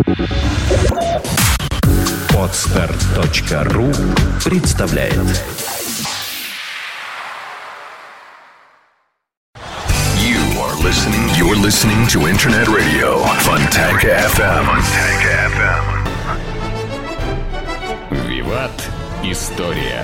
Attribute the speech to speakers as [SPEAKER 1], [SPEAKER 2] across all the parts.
[SPEAKER 1] Podster.ru представляет. You're listening to Internet Radio Fontanka FM. Виват. История.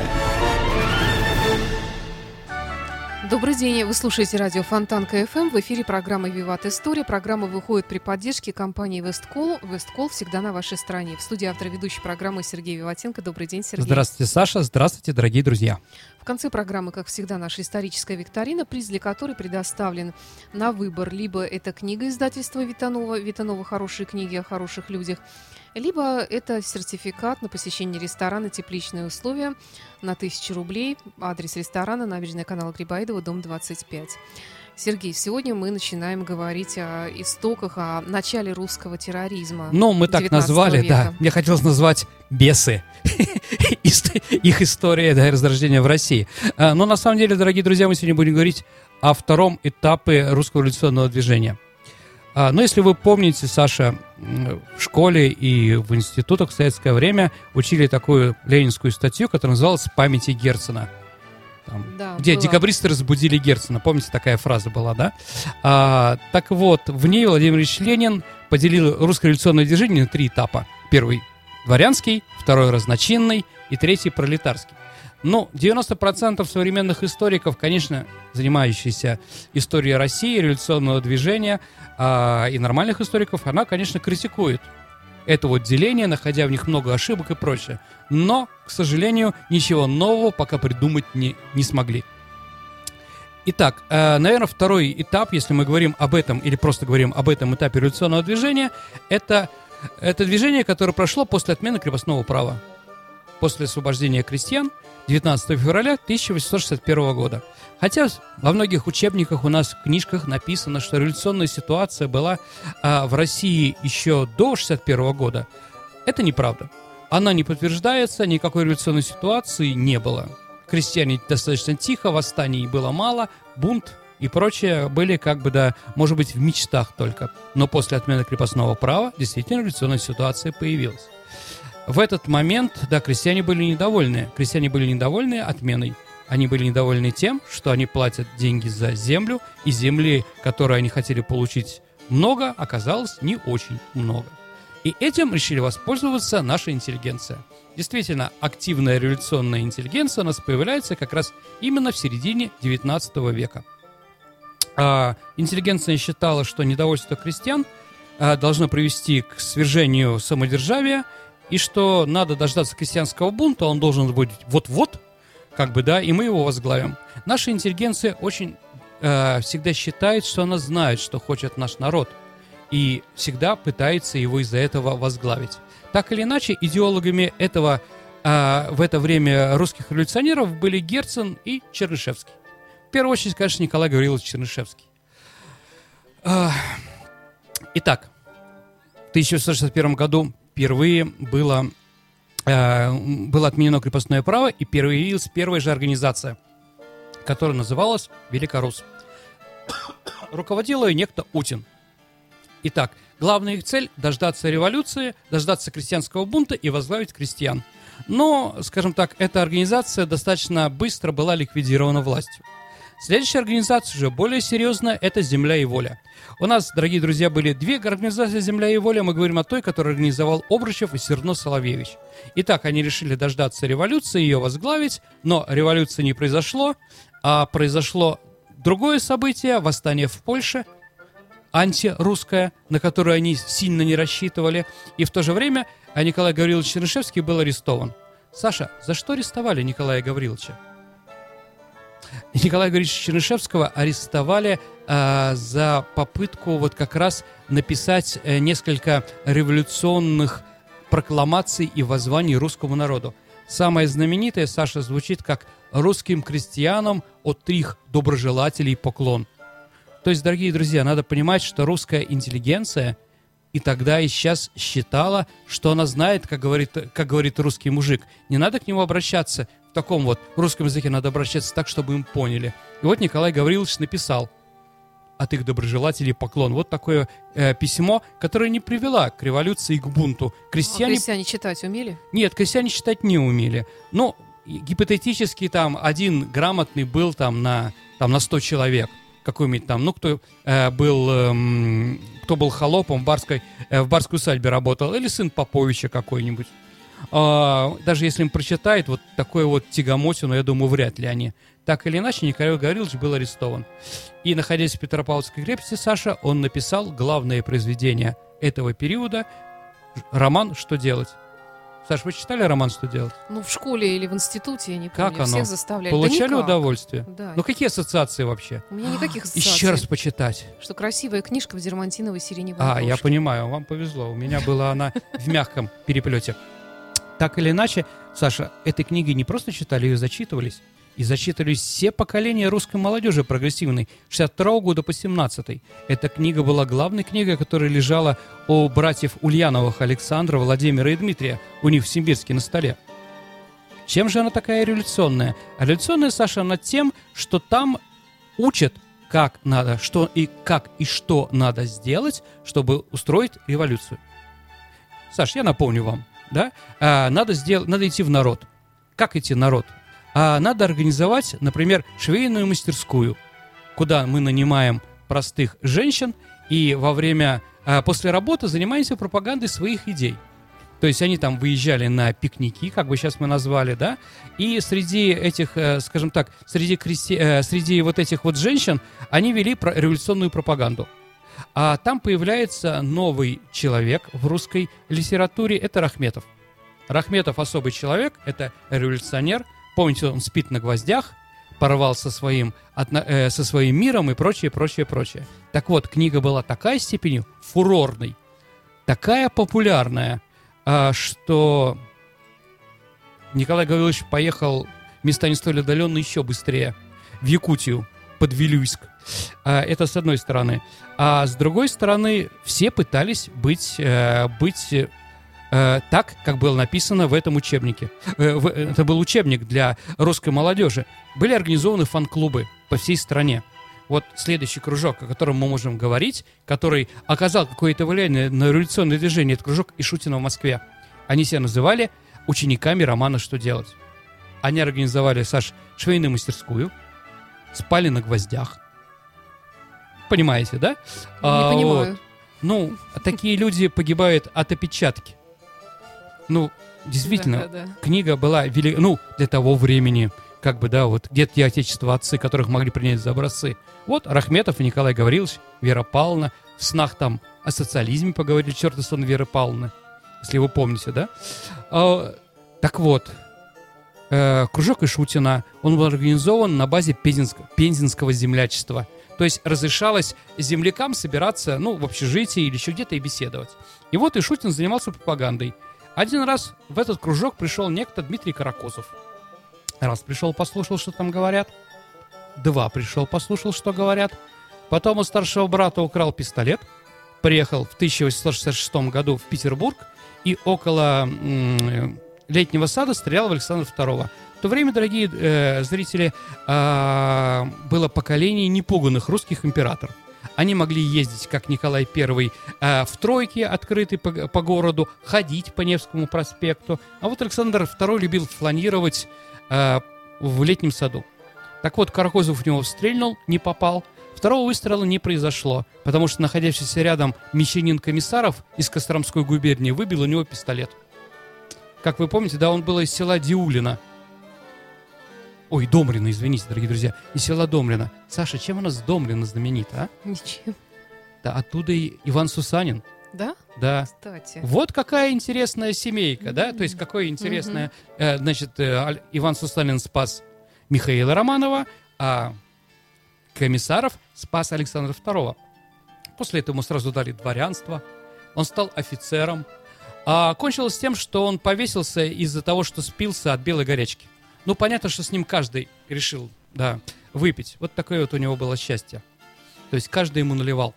[SPEAKER 2] Добрый день, вы слушаете радио Фонтанка ФМ. В эфире программа «Виват. История». Программа выходит при поддержке компании «Весткол». «Весткол» всегда на вашей стороне. В студии автор ведущей программы Сергей Виватенко. Добрый день, Сергей.
[SPEAKER 3] Здравствуйте, Саша. Здравствуйте, дорогие друзья.
[SPEAKER 2] В конце программы, как всегда, наша историческая викторина, приз для которой предоставлен на выбор. Либо это книга издательства Витанова «Хорошие книги о хороших людях», либо это сертификат на посещение ресторана «Тепличные условия» на 1000 рублей. Адрес ресторана: набережная канала Грибоедова, дом 25. Сергей, сегодня мы начинаем говорить о истоках, о начале русского терроризма.
[SPEAKER 3] Ну, мы так назвали, века. Да. Мне хотелось назвать «Бесы». Их история и возрождения в России. Но на самом деле, дорогие друзья, мы сегодня будем говорить о втором этапе русского революционного движения. Но если вы помните, Саша, в школе и в институтах в советское время учили такую ленинскую статью, которая называлась «Памяти Герцена». Да, где декабристы разбудили Герцена. Помните, такая фраза была, да? Так вот, в ней Владимир Ильич Ленин поделил русское революционное движение на 3 этапа. Первый – дворянский, второй – разночинный и третий – пролетарский. Ну, 90% современных историков, конечно, занимающихся историей России, революционного движения и нормальных историков, она, конечно, критикует это вот деление, находя в них много ошибок и прочее. Но, к сожалению, ничего нового пока придумать не смогли. Итак, наверное, второй этап, если мы говорим об этом или просто говорим об этом этапе революционного движения, это движение, которое прошло после отмены крепостного права, после освобождения крестьян 19 февраля 1861 года. Хотя во многих учебниках у нас в книжках написано, что революционная ситуация была в России еще до 1961 года. Это неправда. Она не подтверждается, никакой революционной ситуации не было. Крестьяне достаточно тихо, восстаний было мало, бунт и прочее были может быть, в мечтах только. Но после отмены крепостного права действительно революционная ситуация появилась. В этот момент, да, крестьяне были недовольны. Крестьяне были недовольны отменой. Они были недовольны тем, что они платят деньги за землю, и земли, которые они хотели получить много, оказалось не очень много. И этим решили воспользоваться наша интеллигенция. Действительно, активная революционная интеллигенция у нас появляется как раз именно в середине XIX века. Интеллигенция считала, что недовольство крестьян должно привести к свержению самодержавия, и что надо дождаться крестьянского бунта, он должен быть вот-вот, и мы его возглавим. Наша интеллигенция очень всегда считает, что она знает, что хочет наш народ, и всегда пытается его из-за этого возглавить. Так или иначе, идеологами этого в это время русских революционеров были Герцен и Чернышевский. В первую очередь, конечно, Николай Гаврилович Чернышевский. Итак, в 1861 году впервые было отменено крепостное право, и появилась первая же организация, которая называлась Великорус. Руководил ее некто Утин. Итак, главная их цель – дождаться революции, дождаться крестьянского бунта и возглавить крестьян. Но, скажем так, эта организация достаточно быстро была ликвидирована властью. Следующая организация, уже более серьезная, это «Земля и воля». У нас, дорогие друзья, были 2 организации «Земля и воля». Мы говорим о той, которую организовал Обручев и Серно Соловьевич. Итак, они решили дождаться революции, ее возглавить, но революции не произошло, а произошло другое событие – восстание в Польше, антирусское, на которое они сильно не рассчитывали. И в то же время Николай Гаврилович Чернышевский был арестован. Саша, за что арестовали Николая Гавриловича? Николая Гавриловича Чернышевского арестовали за попытку как раз написать несколько революционных прокламаций и воззваний русскому народу. Самое знаменитое, Саша, звучит как «Русским крестьянам от их доброжелателей поклон». То есть, дорогие друзья, надо понимать, что русская интеллигенция и тогда, и сейчас считала, что она знает, как говорит русский мужик. Не надо к нему обращаться в таком русском языке, надо обращаться так, чтобы им поняли. И вот Николай Гаврилович написал от их доброжелателей поклон. Вот такое письмо, которое не привело к революции и к бунту.
[SPEAKER 2] Крестьяне читать умели?
[SPEAKER 3] Нет, крестьяне читать не умели. Но гипотетически там один грамотный был там на 100 человек. Какой-нибудь там, кто был холопом в барской усадьбе работал, или сын Поповича какой-нибудь. Даже если им прочитает вот такое вот тягомотину, я думаю, вряд ли они. Так или иначе, Николай Гаврилович был арестован. И, находясь в Петропавловской крепости, Саша, он написал главное произведение этого периода, роман «Что делать?». Саш, вы читали роман «Что делать»?
[SPEAKER 2] Ну, в школе или в институте, я не помню.
[SPEAKER 3] Как оно?
[SPEAKER 2] Всех заставляли.
[SPEAKER 3] Получали удовольствие?
[SPEAKER 2] Да.
[SPEAKER 3] Ну, какие ассоциации вообще?
[SPEAKER 2] У меня никаких ассоциаций.
[SPEAKER 3] Еще раз почитать.
[SPEAKER 2] Что красивая книжка в дермантиновой сиреневой обложке.
[SPEAKER 3] Я понимаю, вам повезло. У меня была она в мягком переплете. Так или иначе, Саша, этой книги не просто читали, ее зачитывались. И зачитывались все поколения русской молодежи прогрессивной, с 62 года по 17. Эта книга была главной книгой, которая лежала у братьев Ульяновых Александра, Владимира и Дмитрия, у них в Симбирске на столе. Чем же она такая революционная? А революционная, Саша, она тем, что там учат, как надо, что надо сделать, чтобы устроить революцию. Саш, я напомню вам, да? Надо идти в народ. Как идти в народ? Надо организовать, например, швейную мастерскую, куда мы нанимаем простых женщин и после работы занимаемся пропагандой своих идей. То есть они там выезжали на пикники, как бы сейчас мы назвали, да, и среди этих, скажем так, среди вот этих вот женщин они вели революционную пропаганду. А там появляется новый человек в русской литературе, это Рахметов. Рахметов особый человек, это революционер. Помните, он спит на гвоздях, порвал со своим миром и прочее. Так вот, книга была такой степенью фурорной, такая популярная, что Николай Гаврилович поехал в места не столь отдаленные еще быстрее, в Якутию, под Вилюйск. Это с одной стороны. А с другой стороны, все пытались быть так, как было написано в этом учебнике. Это был учебник для русской молодежи. Были организованы фан-клубы по всей стране. Вот следующий кружок, о котором мы можем говорить, который оказал какое-то влияние на революционное движение, это кружок Ишутина в Москве. Они себя называли учениками романа «Что делать?». Они организовали, Саш, швейную мастерскую, спали на гвоздях. Понимаете, да?
[SPEAKER 2] Не понимаю.
[SPEAKER 3] Такие люди погибают от опечатки. Действительно,
[SPEAKER 2] да.
[SPEAKER 3] Книга была для того времени, где-то отечество отцы, которых могли принять за образцы. Вот Рахметов и Николай Гаврилович, Вера Павловна, в снах там о социализме поговорили, черт сон Веры Павловны, если вы помните, да? Так вот, кружок Ишутина, он был организован на базе Пензенского землячества. То есть разрешалось землякам собираться, в общежитии или еще где-то и беседовать. И вот Ишутин занимался пропагандой. Один раз в этот кружок пришел некто Дмитрий Каракозов. Раз пришел, послушал, что там говорят. Два пришел, послушал, что говорят. Потом у старшего брата украл пистолет. Приехал в 1866 году в Петербург и около Летнего сада стрелял в Александра II. В то время, дорогие зрители, было поколение непуганных русских императоров. Они могли ездить, как Николай I, в тройке, открытой по городу, ходить по Невскому проспекту. А вот Александр II любил фланировать в Летнем саду. Так вот, Каракозов в него стрельнул, не попал. Второго выстрела не произошло, потому что находящийся рядом мещанин Комиссаров из Костромской губернии выбил у него пистолет. Как вы помните, да, он был из села Диулино. Ой, Домрина, извините, дорогие друзья, из села Домрина. Саша, чем у нас Домрина знаменита, а?
[SPEAKER 2] Ничем.
[SPEAKER 3] Да, оттуда и Иван Сусанин.
[SPEAKER 2] Да?
[SPEAKER 3] Да.
[SPEAKER 2] Кстати.
[SPEAKER 3] Вот какая интересная семейка, да? То есть какое интересное... Иван Сусанин спас Михаила Романова, а Комиссаров спас Александра II. После этого ему сразу дали дворянство. Он стал офицером. А кончилось тем, что он повесился из-за того, что спился от белой горячки. Понятно, что с ним каждый решил, выпить. Вот такое вот у него было счастье. То есть каждый ему наливал.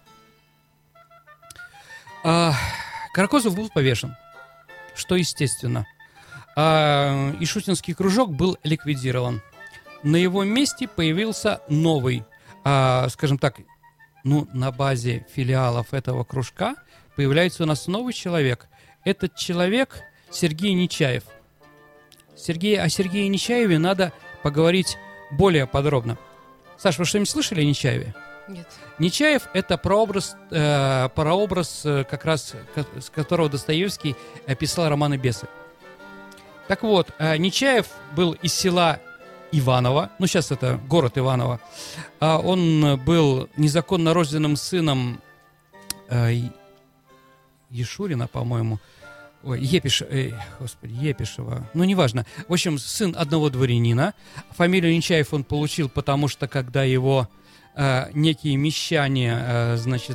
[SPEAKER 3] Каракозов был повешен, что естественно. Ишутинский кружок был ликвидирован. На его месте появился новый, скажем так, на базе филиалов этого кружка появляется у нас новый человек. Этот человек Сергей Нечаев. О Сергее Нечаеве надо поговорить более подробно. Саша, вы что-нибудь слышали о Нечаеве?
[SPEAKER 2] Нет.
[SPEAKER 3] Нечаев – это прообраз как раз, с которого Достоевский писал романы «Бесы». Так вот, Нечаев был из села Иваново, сейчас это город Иваново. Он был незаконно рожденным сыном Ешурина, по-моему, Епишева, неважно. В общем, сын одного дворянина. Фамилию Нечаев он получил, потому что когда его некие мещане,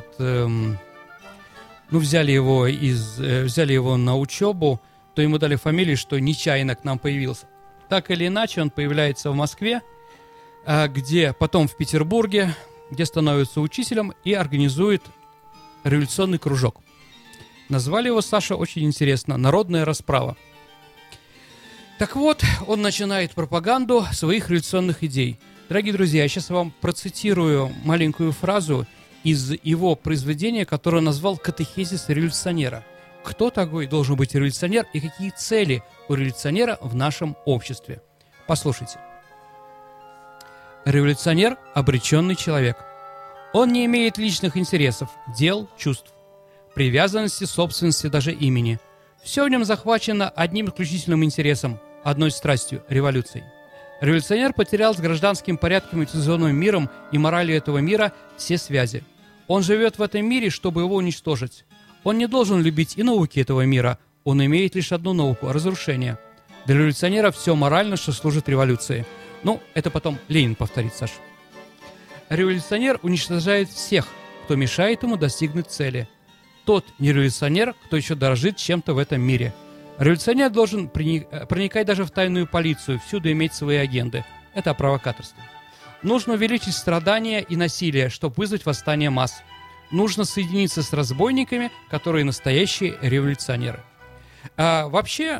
[SPEAKER 3] взяли его на учебу, то ему дали фамилию, что нечаянно к нам появился. Так или иначе, он появляется в Москве, потом в Петербурге, где становится учителем и организует революционный кружок. Назвали его, Саша, очень интересно, «Народная расправа». Так вот, он начинает пропаганду своих революционных идей. Дорогие друзья, я сейчас вам процитирую маленькую фразу из его произведения, которое он назвал «Катехизис революционера». Кто такой должен быть революционер и какие цели у революционера в нашем обществе? Послушайте. Революционер – обреченный человек. Он не имеет личных интересов, дел, чувств, привязанности, собственности, даже имени. Все в нем захвачено одним исключительным интересом, одной страстью – революцией. Революционер потерял с гражданским порядком и цивилизованным миром и моралью этого мира все связи. Он живет в этом мире, чтобы его уничтожить. Он не должен любить и науки этого мира, он имеет лишь одну науку – разрушение. Для революционера все морально, что служит революции. Это потом Ленин повторит, Саша. Революционер уничтожает всех, кто мешает ему достигнуть цели. Тот не революционер, кто еще дорожит чем-то в этом мире. Революционер должен проникать даже в тайную полицию, всюду иметь свои агенды. Это о провокаторстве. Нужно увеличить страдания и насилие, чтобы вызвать восстание масс. Нужно соединиться с разбойниками, которые настоящие революционеры. Вообще,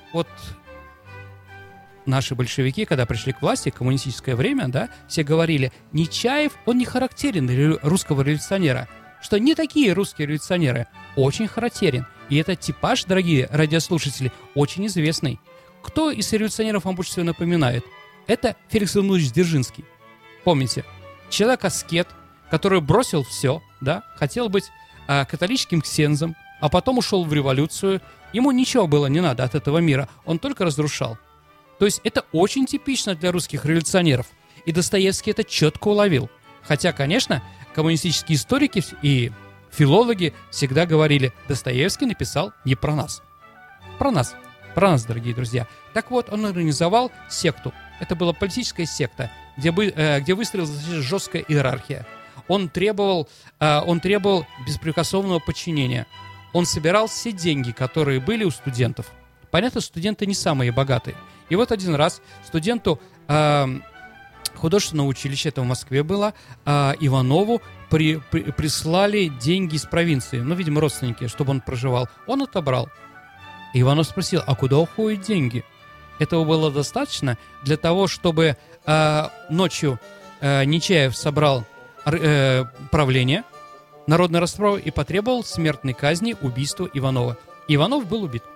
[SPEAKER 3] наши большевики, когда пришли к власти, коммунистическое время, все говорили, Нечаев, он не характерен для русского революционера. Что не такие русские революционеры, очень характерен. И этот типаж, дорогие радиослушатели, очень известный. Кто из революционеров вам больше всего напоминает? Это Феликс Иванович Дзержинский. Помните? Человек-аскет, который бросил все, хотел быть католическим ксензом, а потом ушел в революцию. Ему ничего было не надо от этого мира, он только разрушал. То есть это очень типично для русских революционеров. И Достоевский это четко уловил. Хотя, конечно, коммунистические историки и филологи всегда говорили, Достоевский написал не про нас. Про нас, дорогие друзья. Так вот, он организовал секту. Это была политическая секта, где выстроилась жесткая иерархия. Он требовал беспрекословного подчинения. Он собирал все деньги, которые были у студентов. Понятно, студенты не самые богатые. И вот один раз студенту художественного училища, это в Москве было, Иванову прислали деньги из провинции, видимо, родственники, чтобы он проживал. Он отобрал. И Иванов спросил, а куда уходят деньги? Этого было достаточно для того, чтобы ночью Нечаев собрал правление народной расправы и потребовал смертной казни, убийства Иванова. Иванов был убит.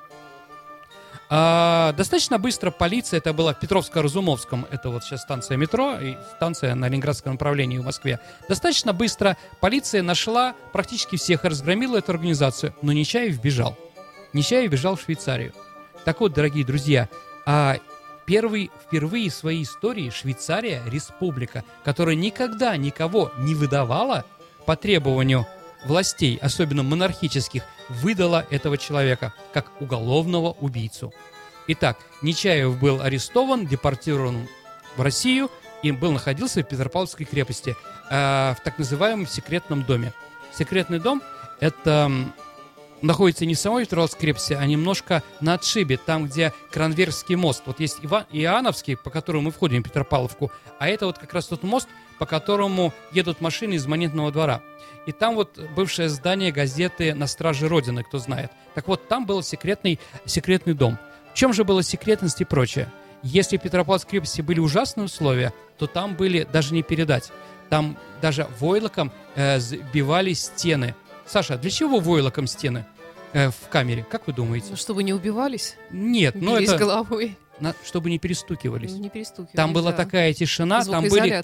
[SPEAKER 3] Достаточно быстро полиция, это была в Петровско-Разумовском, это вот сейчас станция метро, и станция на Ленинградском направлении в Москве. Достаточно быстро полиция нашла практически всех и разгромила эту организацию, но Нечаев бежал. Нечаев бежал в Швейцарию. Так вот, дорогие друзья, впервые в своей истории Швейцария, республика, которая никогда никого не выдавала по требованию властей, особенно монархических, выдала этого человека как уголовного убийцу. Итак, Нечаев был арестован, депортирован в Россию и находился в Петропавловской крепости, в так называемом секретном доме. Секретный дом – это находится не в самой Петропавловской крепости, а немножко на отшибе, там, где Кранверский мост. Вот есть Иоанновский, по которому мы входим в Петропавловку, а это вот как раз тот мост, по которому едут машины из Монетного двора. И там вот бывшее здание газеты «На страже Родины», кто знает. Так вот, там был секретный дом. В чем же была секретность и прочее? Если в Петропавловской крепости были ужасные условия, то там были даже не передать. Там даже войлоком сбивали стены. Саша, для чего войлоком стены в камере? Как вы думаете?
[SPEAKER 2] Ну, чтобы не убивались?
[SPEAKER 3] Нет,
[SPEAKER 2] бились
[SPEAKER 3] это...
[SPEAKER 2] головой.
[SPEAKER 3] Чтобы не перестукивались.
[SPEAKER 2] Не перестукивались,
[SPEAKER 3] там была такая тишина, там были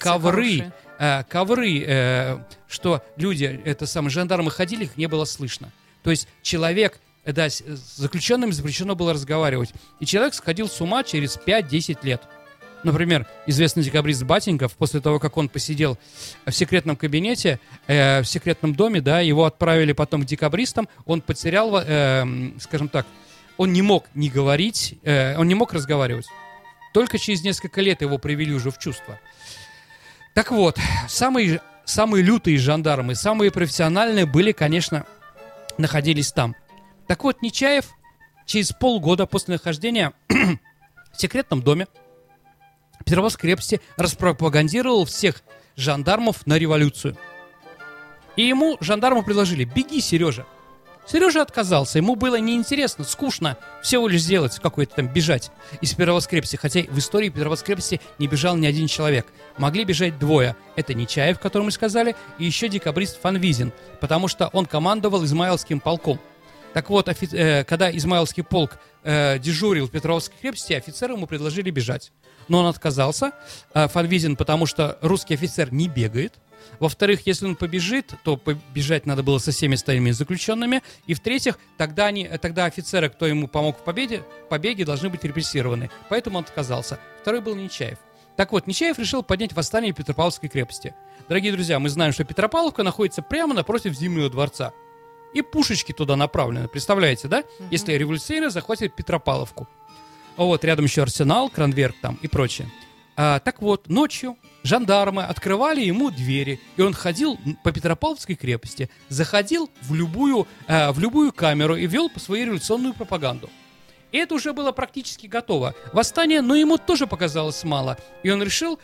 [SPEAKER 3] ковры, что люди, жандармы ходили, их не было слышно. То есть человек, с заключенным запрещено было разговаривать. И человек сходил с ума через 5-10 лет. Например, известный декабрист Батеньков, после того, как он посидел в секретном кабинете, в секретном доме, да, его отправили потом к декабристам, он потерял, скажем так, он не мог не говорить, он не мог разговаривать. Только через несколько лет его привели уже в чувство. Так вот, самые лютые жандармы, самые профессиональные были, конечно, находились там. Так вот, Нечаев через полгода после нахождения в секретном доме Петропавловской крепости распропагандировал всех жандармов на революцию. И ему жандармы предложили: беги, Сережа. Сережа отказался, ему было неинтересно, скучно всего лишь сделать, какой-то там бежать из Петропавловской крепости. Хотя в истории Петропавловской крепости не бежал ни один человек. Могли бежать двое. Это Нечаев, которому мы сказали, и еще декабрист Фанвизин, потому что он командовал Измайловским полком. Так вот, когда Измайловский полк дежурил в Петропавловской крепости, офицеры ему предложили бежать. Но он отказался, Фанвизин, потому что русский офицер не бегает. Во-вторых, если он побежит, то побежать надо было со всеми остальными заключенными. И в-третьих, тогда офицеры, кто ему помог в побеге, должны быть репрессированы. Поэтому он отказался. Второй был Нечаев. Так вот, Нечаев решил поднять восстание в Петропавловской крепости. Дорогие друзья, мы знаем, что Петропавловка находится прямо напротив Зимнего дворца. И пушечки туда направлены. Представляете, да? Если революционеры захватят Петропавловку. Вот, рядом еще Арсенал, Кранверк там и прочее. Так вот, ночью жандармы открывали ему двери, и он ходил по Петропавловской крепости, заходил в любую камеру и вел свою революционную пропаганду. И это уже было практически готово. Восстание, но ему тоже показалось мало. И он решил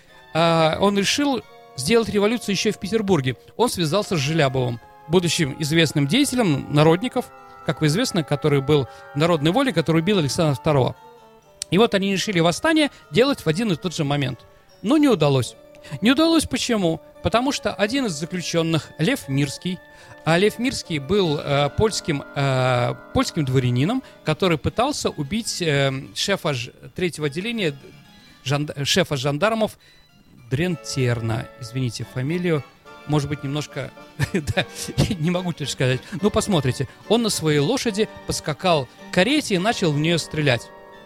[SPEAKER 3] сделать революцию еще и в Петербурге. Он связался с Желябовым, будущим известным деятелем народников, как известно, который был народной волей, который убил Александра II. И вот они решили восстание делать в один и тот же момент. Но не удалось. Не удалось почему? Потому что один из заключенных, Лев Мирский, Лев Мирский был польским дворянином, который пытался убить шефа третьего отделения, шефа жандармов Дрентерна. Извините, фамилию, может быть, немножко... да, не могу точно сказать. Ну, посмотрите. Он на своей лошади поскакал к карете и начал в нее стрелять.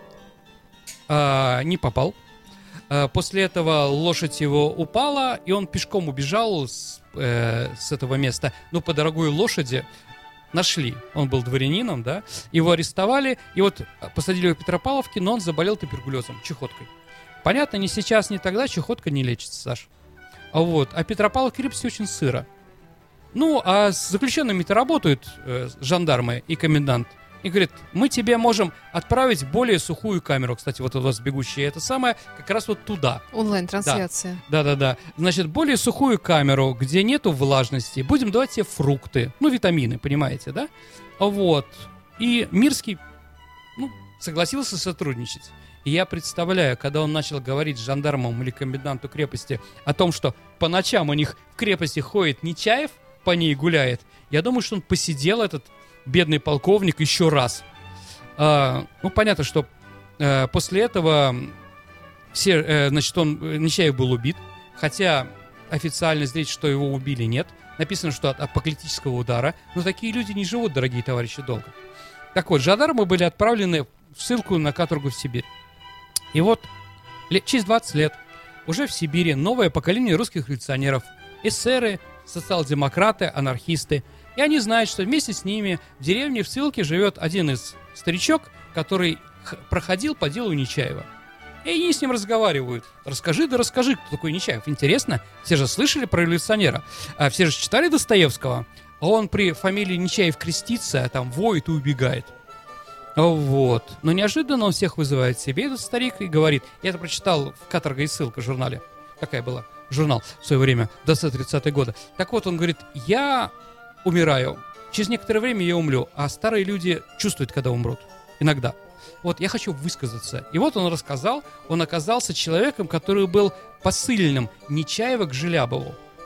[SPEAKER 3] Не попал. После этого лошадь его упала, и он пешком убежал с этого места. Но по дорогой лошади нашли. Он был дворянином, да? Его арестовали, и вот посадили его в Петропавловке, но он заболел туберкулезом, чехоткой. Понятно, ни сейчас, ни тогда чехотка не лечится, Саш. А Петропавловка крепости очень сыро. Ну, а с заключенными-то работают жандармы и комендант. И говорит, мы тебе можем отправить более сухую камеру. Кстати, вот у вас бегущая это самое, как раз вот туда.
[SPEAKER 2] Онлайн-трансляция.
[SPEAKER 3] Да. Значит, более сухую камеру, где нету влажности. Будем давать тебе фрукты. Ну, витамины, понимаете, да? Вот. И Мирский, согласился сотрудничать. И я представляю, когда он начал говорить жандармам или коменданту крепости о том, что по ночам у них в крепости ходит Нечаев, по ней гуляет. Я думаю, что он посидел, этот бедный полковник, еще раз. Понятно, что после этого Нечаев был убит, хотя официально здесь, что его убили, нет. Написано, что от апоплектического удара. Но такие люди не живут, дорогие товарищи, долго. Так вот, жандармы были отправлены в ссылку на каторгу в Сибирь. И вот через 20 лет уже в Сибири новое поколение русских революционеров, эсеры, социал-демократы, анархисты. И они знают, что вместе с ними в деревне в ссылке живет один из старичок, который проходил по делу Нечаева. И они с ним разговаривают. Расскажи, кто такой Нечаев. Интересно, все же слышали про революционера. Все же читали Достоевского. А он при фамилии Нечаев крестится, там воет и убегает. Вот. Но неожиданно он всех вызывает себе, этот старик, и говорит, я это прочитал в «Каторга и ссылка» журнале. Какая была? Журнал в свое время, до 30-е годы. Так вот, он говорит, я умираю. Через некоторое время я умру. А старые люди чувствуют, когда умрут. Иногда. Вот, я хочу высказаться. И вот он рассказал, он оказался человеком, который был посыльным Нечаева к Желябову.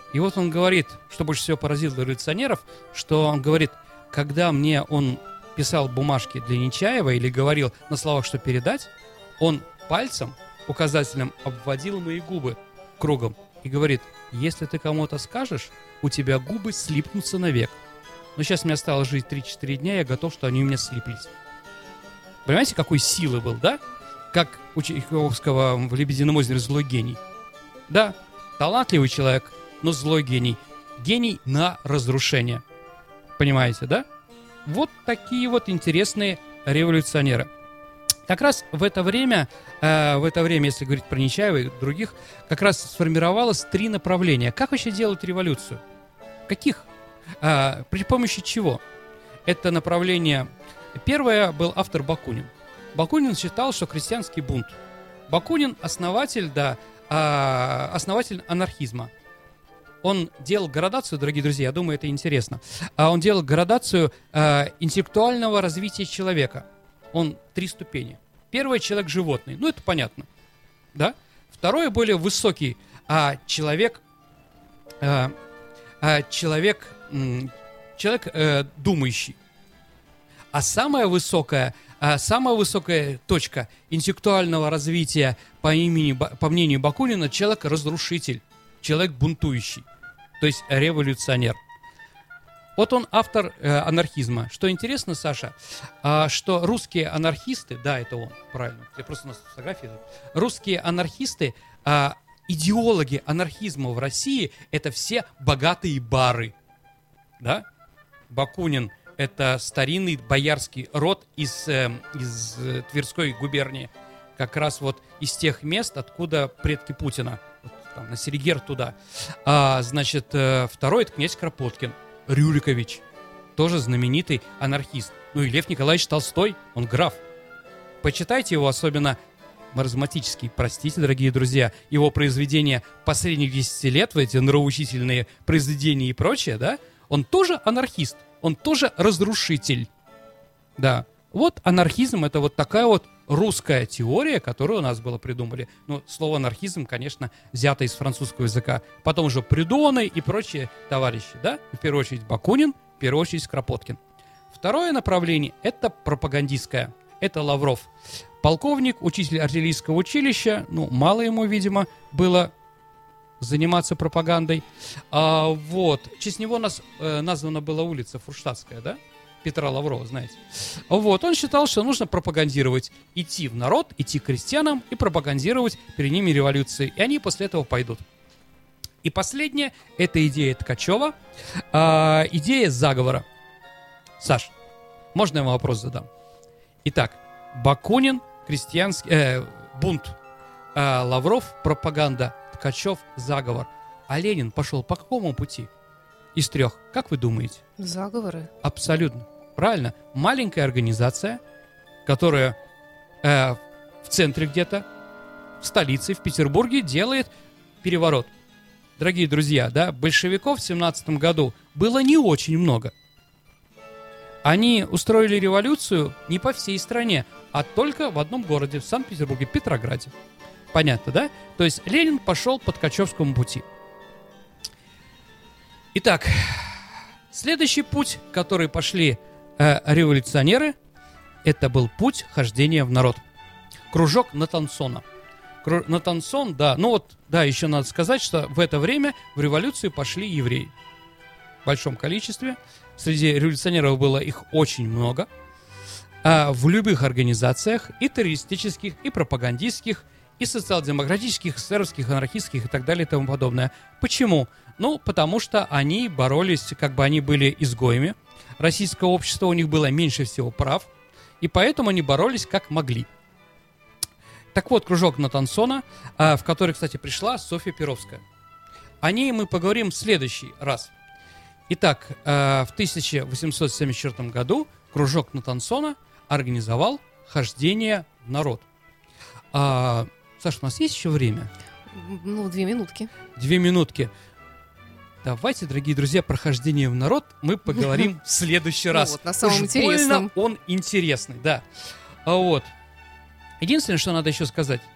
[SPEAKER 3] И вот он говорит, что больше всего поразило революционеров, что он говорит, когда мне он писал бумажки для Нечаева или говорил на словах, что передать, он пальцем указательным обводил мои губы кругом и говорит, если ты кому-то скажешь, у тебя губы слипнутся навек. Но сейчас мне осталось жить 3-4 дня, я готов, что они у меня слиплись. Понимаете, какой силы был, да? Как у Чайковского в «Лебедином озере» злой гений. Да, талантливый человек, но злой гений. Гений на разрушение. Понимаете, да? Вот такие вот интересные революционеры. Как раз в это время, если говорить про Нечаева и других, как раз сформировалось 3 направления. Как вообще делать революцию? Каких? При помощи чего? Это направление... Первое был автор Бакунин. Бакунин считал, что крестьянский бунт. Бакунин основатель анархизма. Он делал градацию, дорогие друзья, я думаю, это интересно. Он делал градацию интеллектуального развития человека. Он 3 ступени. Первый — человек-животный. Ну, это понятно. Да? Второе — более высокий человек думающий. А самая высокая точка интеллектуального развития, по мнению Бакунина, человек-разрушитель, человек бунтующий, то есть революционер. Вот он автор анархизма. Что интересно, Саша, что русские анархисты, да, это он, правильно, я просто у нас фотографии, русские анархисты, идеологи анархизма в России, это все богатые бары, да? Бакунин — это старинный боярский род из Тверской губернии, как раз вот из тех мест, откуда предки Путина, вот, там, на Серегер туда. Второй — это князь Кропоткин, Рюрикович, тоже знаменитый анархист. Ну и Лев Николаевич Толстой, он граф. Почитайте его, особенно маразматический, простите, дорогие друзья, его произведения последних 10 лет, эти нравоучительные произведения и прочее, да, он тоже анархист, он тоже разрушитель. Да, вот анархизм — это вот такая вот русская теория, которую у нас было придумали. Ну, слово анархизм, конечно, взято из французского языка. Потом уже Придоны и прочие товарищи, да? В первую очередь Бакунин, в первую очередь Кропоткин. Второе направление — это пропагандистское. Это Лавров. Полковник, учитель артиллерийского училища. Ну, мало ему, видимо, было заниматься пропагандой. В честь него названа была улица Фурштадтская, да? Петра Лаврова, знаете. Вот, он считал, что нужно пропагандировать, идти в народ, идти к крестьянам и пропагандировать перед ними революции. И они после этого пойдут. И последнее — это идея Ткачева, идея заговора. Саш, можно я вам вопрос задам? Итак, Бакунин, крестьянский, бунт, Лавров, пропаганда, Ткачев, заговор. А Ленин пошел по какому пути? Из 3, как вы думаете?
[SPEAKER 2] Заговоры.
[SPEAKER 3] Абсолютно. Правильно. Маленькая организация, которая в центре где-то, в столице, в Петербурге, делает переворот. Дорогие друзья, да, большевиков в 17 году было не очень много. Они устроили революцию не по всей стране, а только в одном городе, в Санкт-Петербурге, Петрограде. Понятно, да? То есть Ленин пошел по Ткачевскому пути. Итак, следующий путь, который пошли революционеры, это был путь хождения в народ. Кружок Натансона. Натансон, да, ну вот, да, еще надо сказать, что в это время в революцию пошли евреи. В большом количестве. Среди революционеров было их очень много. В любых организациях, и террористических, и пропагандистских, и социал-демократических, эсеровских, анархистских и так далее и тому подобное. Почему? Ну, потому что они боролись, как бы они были изгоями. Российское общество, у них было меньше всего прав, и поэтому они боролись как могли. Так вот, кружок Натансона, в который, кстати, пришла Софья Перовская. О ней мы поговорим в следующий раз. Итак, в 1874 году кружок Натансона организовал хождение в народ. Саша, у нас есть еще время?
[SPEAKER 2] Ну, 2 минутки.
[SPEAKER 3] 2 минутки. Давайте, дорогие друзья, про хождение в народ мы поговорим в следующий раз.
[SPEAKER 2] Вот, на самом интересном.
[SPEAKER 3] Он интересный, да. Вот. Единственное, что надо еще сказать.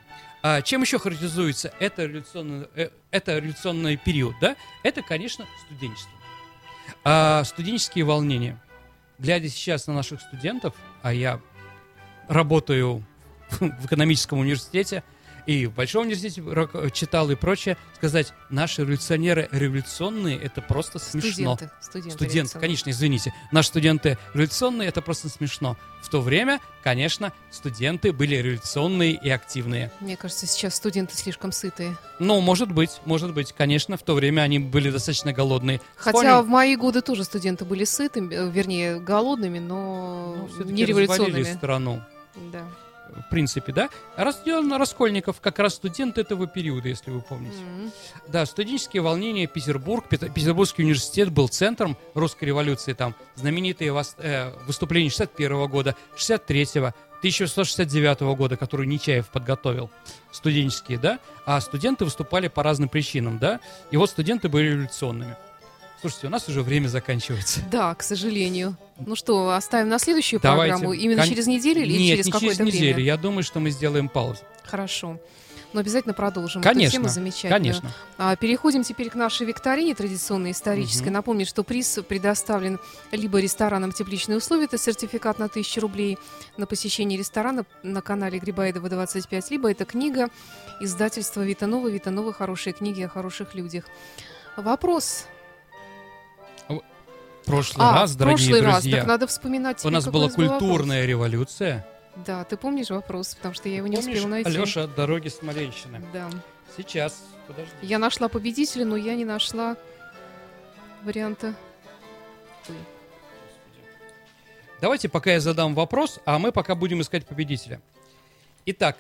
[SPEAKER 3] Чем еще характеризуется это революционный период? Да? Это, конечно, студенчество. Студенческие волнения. Глядя сейчас на наших студентов, а я работаю в экономическом университете и в Большом университете читал и прочее, сказать, наши революционеры революционные, это просто смешно. Студенты, конечно, извините. Наши студенты революционные, это просто смешно. В то время, конечно, студенты были революционные и активные.
[SPEAKER 2] Мне кажется, сейчас студенты слишком сытые.
[SPEAKER 3] Ну, может быть, конечно, в то время они были достаточно голодные.
[SPEAKER 2] Хотя в мои годы тоже студенты были сытыми, вернее, голодными, но не революционными.
[SPEAKER 3] Развалили страну.
[SPEAKER 2] Да.
[SPEAKER 3] В принципе, да. Раскольников, как раз студент этого периода, если вы помните. Да, студенческие волнения, Петербургский университет был центром русской революции. Там знаменитые выступления 61 года, 63-го, 1669 года, которые Нечаев подготовил, студенческие, да. А студенты выступали по разным причинам, да. И вот студенты были революционными. Слушайте, у нас уже время заканчивается.
[SPEAKER 2] Да, к сожалению. Ну что, оставим на следующую программу? Именно через неделю или через какое-то время? Нет, не через неделю.
[SPEAKER 3] Я думаю, что мы сделаем паузу.
[SPEAKER 2] Хорошо. Но обязательно продолжим.
[SPEAKER 3] Конечно,
[SPEAKER 2] эту тему замечательную.
[SPEAKER 3] Конечно.
[SPEAKER 2] Переходим теперь к нашей викторине традиционной, исторической. Напомню, что приз предоставлен либо ресторанам «Тепличные условия», это сертификат на 1000 рублей на посещение ресторана на канале Грибоедова 25, либо это книга издательства Витанова «Витанова. Хорошие книги о хороших людях». Вопрос...
[SPEAKER 3] Прошлый раз, дорогие друзья,
[SPEAKER 2] так надо вспоминать.
[SPEAKER 3] У нас была культурная революция.
[SPEAKER 2] Да, ты помнишь вопрос, потому что я его не успела найти.
[SPEAKER 3] Алеша, от дороги Смоленщины.
[SPEAKER 2] Да.
[SPEAKER 3] Сейчас, подожди.
[SPEAKER 2] Я нашла победителя, но я не нашла варианта.
[SPEAKER 3] Давайте пока я задам вопрос, а мы пока будем искать победителя. Итак,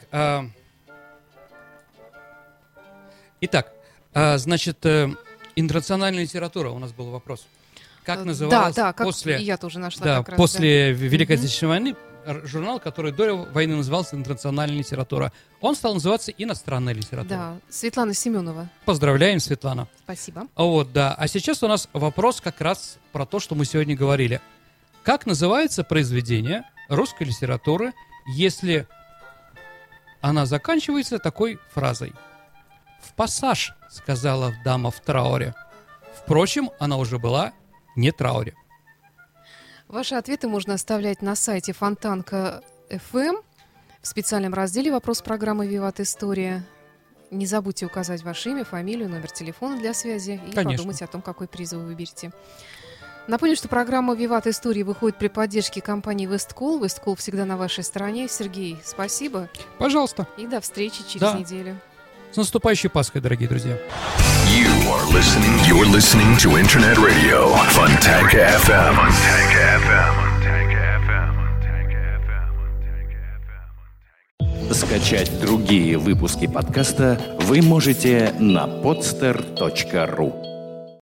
[SPEAKER 3] значит, интернациональная литература, у нас был вопрос. Как называлась после,
[SPEAKER 2] я тоже нашла
[SPEAKER 3] да,
[SPEAKER 2] как раз,
[SPEAKER 3] после Великой Отечественной войны журнал, который до войны назывался «Интернациональная литература». Он стал называться «Иностранная литература».
[SPEAKER 2] Да, Светлана Семенова.
[SPEAKER 3] Поздравляем, Светлана.
[SPEAKER 2] Спасибо.
[SPEAKER 3] Вот, да. А сейчас у нас вопрос как раз про то, что мы сегодня говорили. Как называется произведение русской литературы, если она заканчивается такой фразой? «В пассаж», — сказала дама в трауре. Впрочем, она уже была не трауре.
[SPEAKER 2] Ваши ответы можно оставлять на сайте Фонтанка.фм в специальном разделе «Вопрос программы «Виват История». Не забудьте указать ваше имя, фамилию, номер телефона для связи и подумать о том, какой приз вы выберете. Напомню, что программа «Виват История» выходит при поддержке компании «Весткол». «Весткол» всегда на вашей стороне. Сергей, спасибо.
[SPEAKER 3] Пожалуйста.
[SPEAKER 2] И до встречи через неделю.
[SPEAKER 3] С наступающей Пасхой, дорогие друзья.
[SPEAKER 1] You're listening to Internet Radio, Fontanka FM.
[SPEAKER 4] Скачать другие выпуски подкаста вы можете на podster.ru.